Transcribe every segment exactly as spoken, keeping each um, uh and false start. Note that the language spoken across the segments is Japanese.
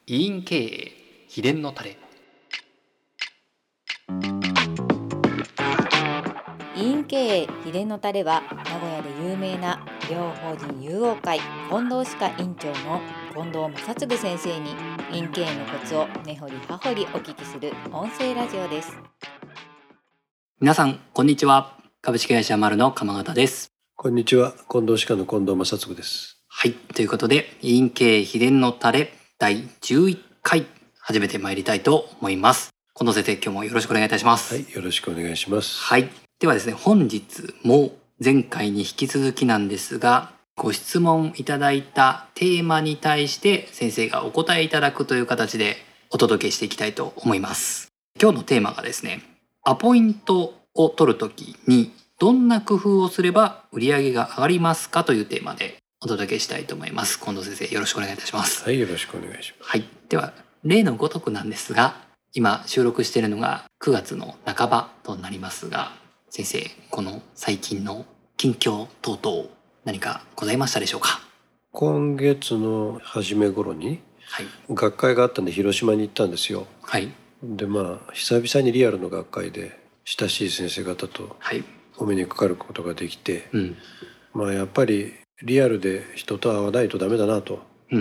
委員経営秘伝のタレ。 委員経営秘伝のタレは名古屋で有名な医療法人友王会近藤歯科院長の近藤正嗣先生に委員経営のコツを根掘り葉掘りお聞きする音声ラジオです。 皆さんこんにちは。株式会社丸の鎌形です。 こんにちは。近藤歯科の近藤正嗣です。 はい、ということで委員経営秘伝のタレだいじゅういっかい始めてまいりたいと思います。近藤先生、今日もよろしくお願いいたします。 はい、よろしくお願いします。 はい、ではですね、本日も前回に引き続きなんですが、ご質問いただいたテーマに対して先生がお答えいただくという形でお届けしていきたいと思います。今日のテーマがですね、アポイントを取るときにどんな工夫をすれば売上が上がりますかというテーマでお届けしたいと思います。近藤先生、よろしくお願いいたします。 はい、よろしくお願いします。 はい、では例のごとくなんですが、今収録しているのがくがつの半ばとなりますが、先生、この最近の近況等々何かございましたでしょうか？ 今月の初め頃にはい学会があったんで広島に行ったんですよ。 はい。 でまあ久々にリアルの学会で親しい先生方とはい。 お目にかかることができて、 うん。 まあやっぱりリアルで人と会わないとダメだなとうん。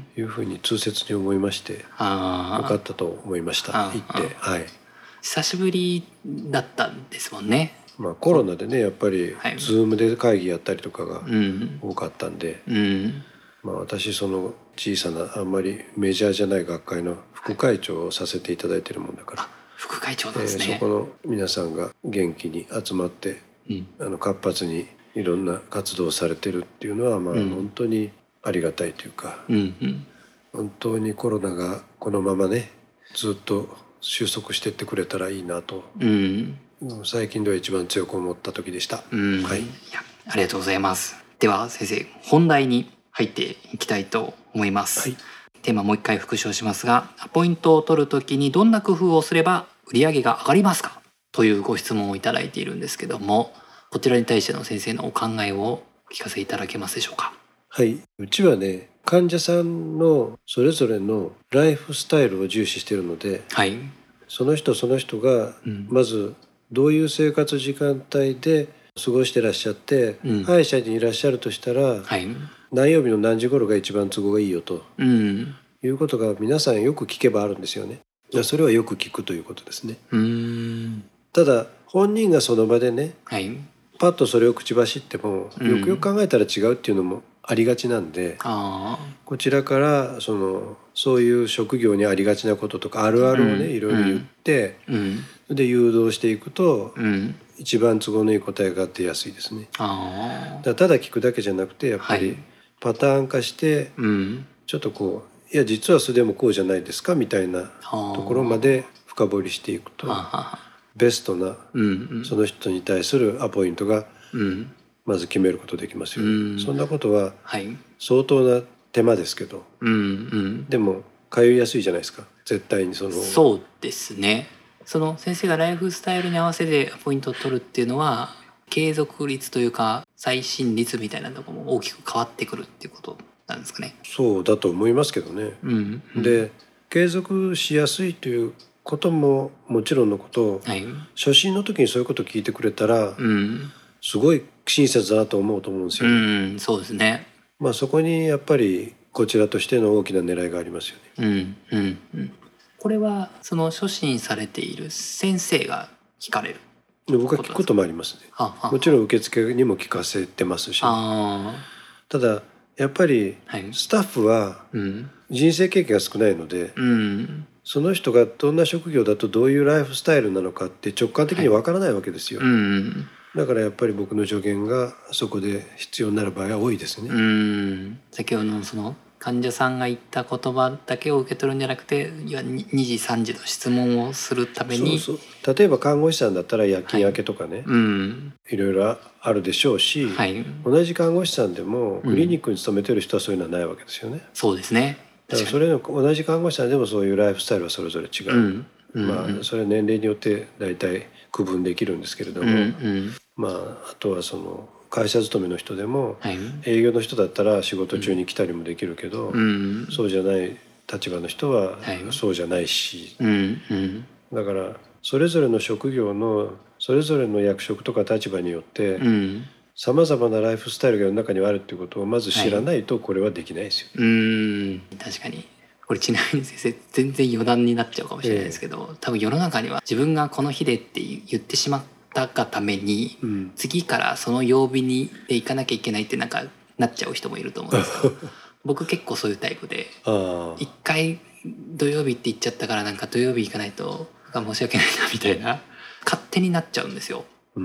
いうふうに痛切に思いまして、 ああ。 よかったと思いました。 あー行ってはい。 久しぶりだったんですもんね。 まあコロナでねやっぱりはいズームで会議やったりとかがうん。 多かったんで、 うん。 まあ、私その小さなあんまりメジャーじゃない学会の副会長をさせていただいてるもんだから、 副会長なんえですね。 ーそこの皆さんが元気に集まってうん。 あの活発にいろんな活動をされてるっていうのはまあうん本当にありがたいというか、 うん。うん。 本当にコロナがこのままねずっと収束していってくれたらいいなと、 うんうん最近では一番強く思った時でした。 うん。 はい。 いや、ありがとうございます。では先生、本題に入っていきたいと思います。 はい。 テーマもう一回復唱しますが、アポイントを取るときにどんな工夫をすれば売上が上がりますかというご質問をいただいているんですけども、こちらに対しての先生のお考えをお聞かせいただけますでしょうか？ はい、うちはね患者さんのそれぞれのライフスタイルを重視しているので、 はい。 その人その人がうんまずどういう生活時間帯で過ごしてらっしゃって、 うん歯医者にいらっしゃるとしたら、 はい。 何曜日の何時頃が一番都合がいいよとうんいうことが皆さんよく聞けばあるんですよね。いやそれはよく聞くということですね。 うーんただ本人がその場でねはいパッとそれを口走っても、 うんよくよく考えたら違うっていうのもありがちなんで、 あこちらからそのそういう職業にありがちなこととかあるあるをね、 うんいろいろ言って、 ーうんで誘導していくとうん一番都合のいい答えが出やすいですね。 あだからただ聞くだけじゃなくてやっぱりはいパターン化してーうんちょっとこういや実はそれでもこうじゃないですかみたいなところまで深掘りしていくとははベストなうんうんその人に対するアポイントがうんまず決めることできますようんね。そんなことははい相当な手間ですけど、 うんうんでも通いやすいじゃないですか。絶対にそのそうですね。その先生がライフスタイルに合わせてアポイントを取るっていうのは継続率というか再診率みたいなところも大きく変わってくるっていうことなんですかね。 そうだと思いますけどね。 うんうん、 で継続しやすいということももちろんのことはい初診の時にそういうことを聞いてくれたらうんすごい親切だなと思うと思うんですうよ。 んそうですね。 まあそこにやっぱりこちらとしての大きな狙いがありますよね。 うんうんうん。これはその初診されている先生が聞かれる。 で僕は聞くこともありますね。 ははもちろん受付にも聞かせてますし、 あただやっぱりあはいスタッフはうん人生経験が少ないので、 うんその人がどんな職業だとどういうライフスタイルなのかって直感的にわからないわけですよ。 うんだからやっぱり僕の助言がそこで必要になる場合は多いですね。 うん先ほどのその患者さんが言った言葉だけを受け取るんじゃなくて、いやにじさんじの質問をするためにそうそう例えば看護師さんだったら夜勤明けとかね、 うんい、ろいろあるでしょうし、 はい同じ看護師さんでもクリニックに勤めてる人はそういうのはないわけですよね。 そうですね。 だからそれの同じ看護師さんでもそういうライフスタイルはそれぞれ違う、 うんうんまあそれは年齢によって大体区分できるんですけれども、 うんうんまああとはその会社勤めの人でもはい営業の人だったら仕事中に来たりもできるけど、 うんそうじゃない立場の人はそうじゃないし、 はい、うんうん、 だからそれぞれの職業のそれぞれの役職とか立場によってさまざまなライフスタイルが世の中にはあるっていうことをまず知らないとこれはできないですよ、 はい、うん確かに。これちなみに先生全然余談になっちゃうかもしれないですけど、えー、多分世の中には自分がこの日でって言ってしまったがために、うん、次からその曜日にで行かなきゃいけないってなんかなっちゃう人もいると思うんですけど僕結構そういうタイプで一回土曜日って言っちゃったからなんか土曜日行かないと申し訳ないなみたいな勝手になっちゃうんですよ、うん、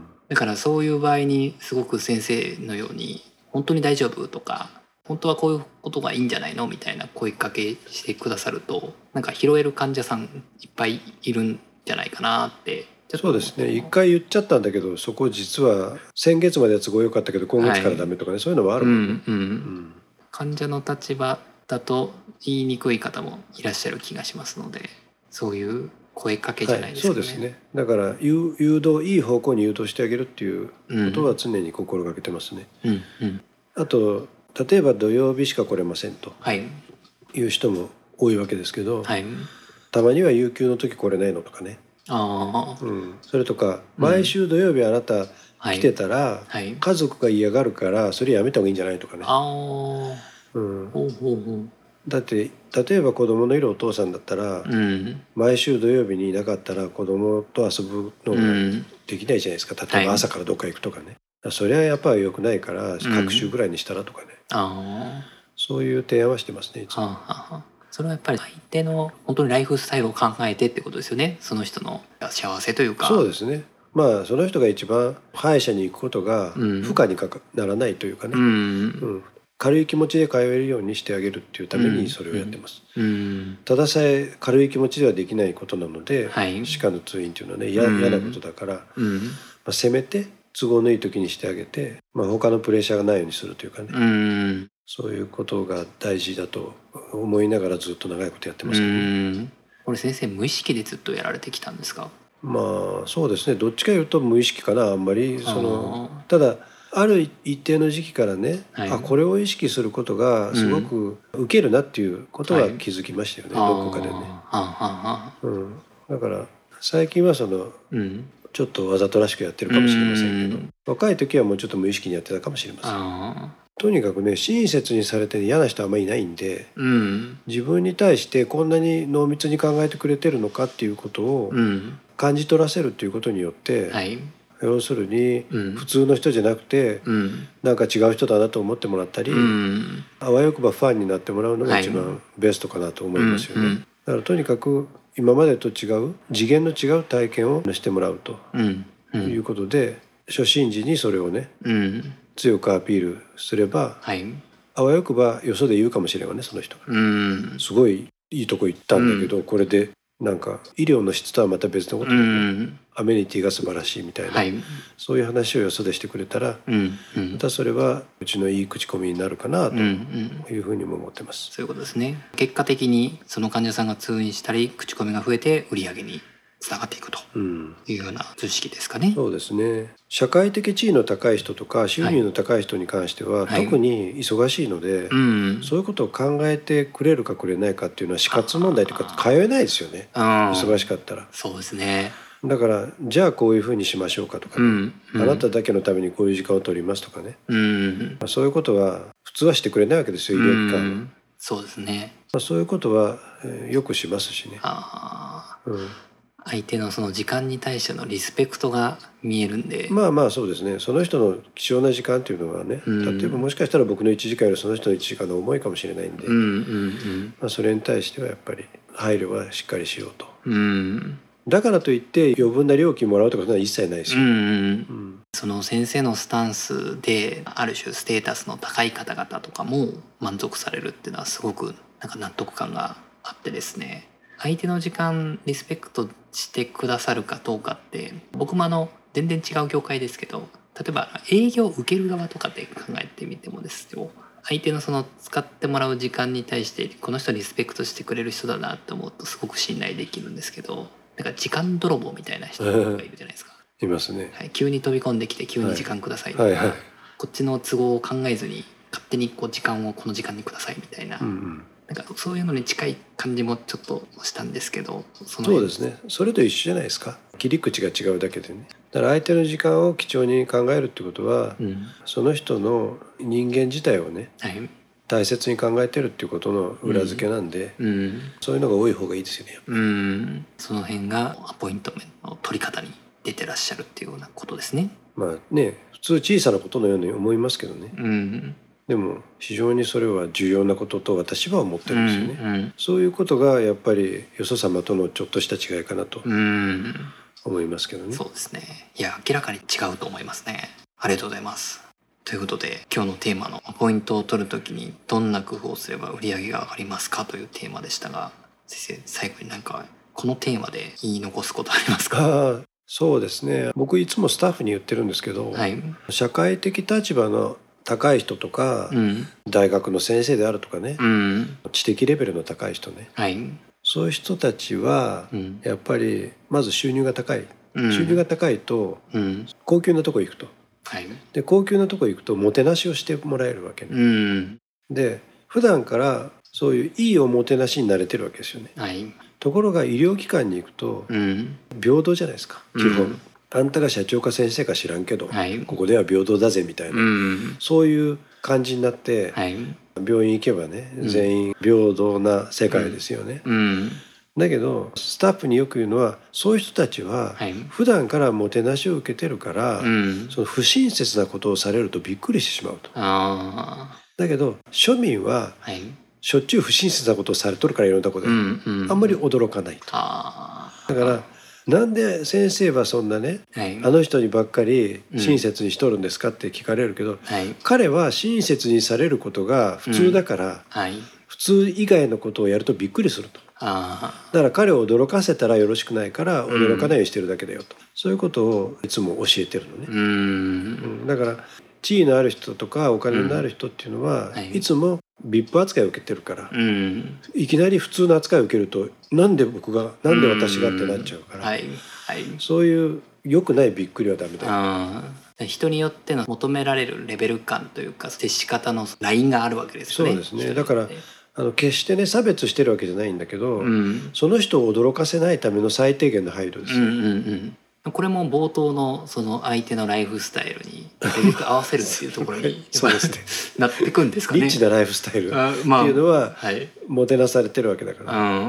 だからそういう場合にすごく先生のように本当に大丈夫とか本当はこういうことがいいんじゃないのみたいな声かけしてくださるとなんか拾える患者さんいっぱいいるんじゃないかなって。 そうですね、一回言っちゃったんだけどそこ実は先月までは都合良かったけど今月からダメとかね、はい、そういうのはあるもんね、うんうんうん、 患者の立場だと言いにくい方もいらっしゃる気がしますのでそういう声かけじゃないですかね、 はい、そうですね。だから誘導いい方向に誘導してあげるっていうことは常に心がけてますね、うんうん、あと例えば土曜日しか来れませんという人も多いわけですけど、はい、たまには有給の時来れないのとかね、あ、うん、それとか毎週土曜日あなた来てたら、はいはい、家族が嫌がるからそれやめた方がいいんじゃないとかね、あ、うん、ほうほうほう、だって例えば子供のいるお父さんだったら、うん、毎週土曜日にいなかったら子供と遊ぶのができないじゃないですか、例えば朝からどっか行くとかね、はい、それはやっぱり良くないから各週ぐらいにしたらとかね、うん、あ、そういう提案はしてますねいつも。はあはあ、 それはやっぱり相手の本当にライフスタイルを考えてってことですよね。その人の幸せというか。 そうですね。まあその人が一番歯医者に行くことが負荷にかかならないというかね、うんうん、軽い気持ちで通えるようにしてあげるっていうためにそれをやってます、うんうん、たださえ軽い気持ちではできないことなので、はい、歯科の通院っていうのはね嫌なことだから、うんまあ、せめて都合のいい時にしてあげて、まあ、他のプレッシャーがないようにするというかね、うん、そういうことが大事だと思いながらずっと長いことやってますけどね。 うん、これ先生無意識でずっとやられてきたんですか？ まあそうですね、どっちかいうと無意識かな。あんまりそのただある一定の時期からね、はい、あこれを意識することがすごく受けるなっていうことは気づきましたよね、はい、どこかでね、うん、だから最近はその、うん、ちょっとわざとらしくやってるかもしれませんけど、若い時はもうちょっと無意識にやってたかもしれません。とにかくね親切にされて嫌な人はあんまりいないんで、うん、自分に対してこんなに濃密に考えてくれてるのかっていうことを感じ取らせるっていうことによって、はい、要するに普通の人じゃなくて、うん、なんか違う人だなと思ってもらったり、うん、あわよくばファンになってもらうのが一番ベストかなと思いますよね、はい、だからとにかく今までと違う次元の違う体験をしてもらうということで、初診時にそれをね、うん強くアピールすれば、はい、あわよくばよそで言うかもしれないねその人が、うん、すごいいいとこ行ったんだけど、うん、これでなんか医療の質とはまた別のことで、うん、アメニティが素晴らしいみたいな、はい、そういう話をよそでしてくれたら、うんうん、またそれはうちのいい口コミになるかなというふうにも思ってます、 うんうん、そういうことですね。結果的にその患者さんが通院したり口コミが増えて売り上げにつながっていくというような図式ですかね、うん、 そうですね。社会的地位の高い人とか収入の高い人に関しては、はい、特に忙しいので、はい、そういうことを考えてくれるかくれないかっていうのは死活問題というか通えないですよね、忙しかったら。 そうですね。 だからじゃあこういうふうにしましょうかとか、ねうんうん、あなただけのためにこういう時間を取りますとかね、うんまあ、そういうことは普通はしてくれないわけですよ医療機関は、うん、 そうですね、 まあ、そういうことは、えー、よくしますしね。 あ、うん相手のその時間に対してのリスペクトが見えるんで、 まあまあそうですね。その人の貴重な時間っていうのはね、うん、例えばもしかしたら僕のいちじかんよりその人のいちじかんの重いかもしれないんで、うんうんうんまあ、それに対してはやっぱり配慮はしっかりしようと、うん、だからといって余分な料金もらうとかそんなの一切ないですよ、うんうんうん、 その先生のスタンスである種ステータスの高い方々とかも満足されるっていうのはすごくなんか納得感があってですね、相手の時間リスペクトしてくださるかどうかって僕もあの全然違う業界ですけど、例えば営業を受ける側とかで考えてみてもですよ、相手のその使ってもらう時間に対してこの人リスペクトしてくれる人だなと思うとすごく信頼できるんですけど、なんか時間泥棒みたいな人がいるじゃないですかいますね、 はい、急に飛び込んできて急に時間くださいとか、はいはいはい、こっちの都合を考えずに勝手にこう時間をこの時間にくださいみたいな、うんうんなんかそういうのに近い感じもちょっとしたんですけど、そのそうですね。それと一緒じゃないですか。切り口が違うだけでね。だから相手の時間を貴重に考えるってことは、うん、その人の人間自体をね、はい、大切に考えてるっていうことの裏付けなんで、うんうん、そういうのが多い方がいいですよね。 うん、その辺がアポイントメントの取り方に出てらっしゃるっていうようなことですね。 まあね、普通小さなことのように思いますけどね。うん、でも非常にそれは重要なことと私は思ってるんですよね。うんうん、そういうことがやっぱりよそ様とのちょっとした違いかなと思いますけどね。 そうですね。いや明らかに違うと思いますね。ありがとうございます。ということで今日のテーマのポイントを取るときにどんな工夫をすれば売り上げが上がりますかというテーマでしたが、先生最後に何かこのテーマで言い残すことありますか？ あそうですね。僕いつもスタッフに言ってるんですけど、はい、社会的立場の高い人とか、うん、大学の先生であるとかね、うん、知的レベルの高い人ね、はい、そういう人たちはやっぱりまず収入が高い、うん、収入が高いと高級なとこ行くと、はい、で高級なとこ行くともてなしをしてもらえるわけね、うん、で普段からそういういいおもてなしに慣れてるわけですよね、はい、ところが医療機関に行くと平等じゃないですか、基本、うん、あんたが社長か先生か知らんけど、はい、ここでは平等だぜみたいな、うん、そういう感じになって、はい、病院行けばね、うん、全員平等な世界ですよね、うんうん、だけどスタッフによく言うのはそういう人たちは普段からもてなしを受けてるから、はい、その不親切なことをされるとびっくりしてしまうと、あだけど庶民は、はいしょっちゅう不親切なことをされとるからいろんなことで、うんうんうん、あんまり驚かないと。あだからなんで先生はそんなね、はい、あの人にばっかり親切にしとるんですかって聞かれるけど、うんはい、彼は親切にされることが普通だから、うんはい、普通以外のことをやるとびっくりすると。あだから彼を驚かせたらよろしくないから驚かないようにしてるだけだよと、うん、そういうことをいつも教えてるのね、うんうん、だから地位のある人とかお金のある人っていうのは、うんはい、いつもブイアイピー 扱いを受けてるから、うん、いきなり普通の扱いを受けるとなんで僕がなんで私がってなっちゃうから、はいはい、そういう良くないびっくりはダメだよ。あ人によっての求められるレベル感というか接し方のラインがあるわけですよね。 そうですね。だからあの決してね差別してるわけじゃないんだけど、うん、その人を驚かせないための最低限の配慮ですよ、うんうんうんこれも冒頭のその相手のライフスタイルに合わせるっていうところにそうですねなってくんですかね。 リッチなライフスタイルっていうのはもてなされてるわけだから、うんうん、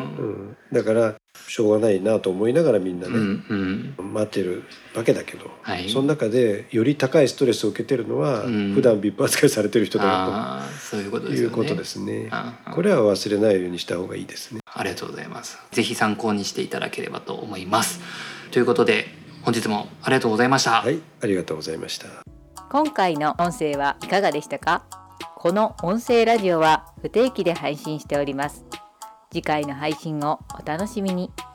だからしょうがないなと思いながらみんなね、うんうん、待ってるわけだけど、はい、その中でより高いストレスを受けてるのは、うん、普段 ブイアイピー 扱いされてる人だなとそういうことですよね。いうことですね。これは忘れないようにした方がいいですね。 ありがとうございます。ぜひ参考にしていただければと思います。ということで本日もありがとうございました。 はい、ありがとうございました。 今回の音声はいかがでしたか？この音声ラジオは不定期で配信しております。次回の配信をお楽しみに。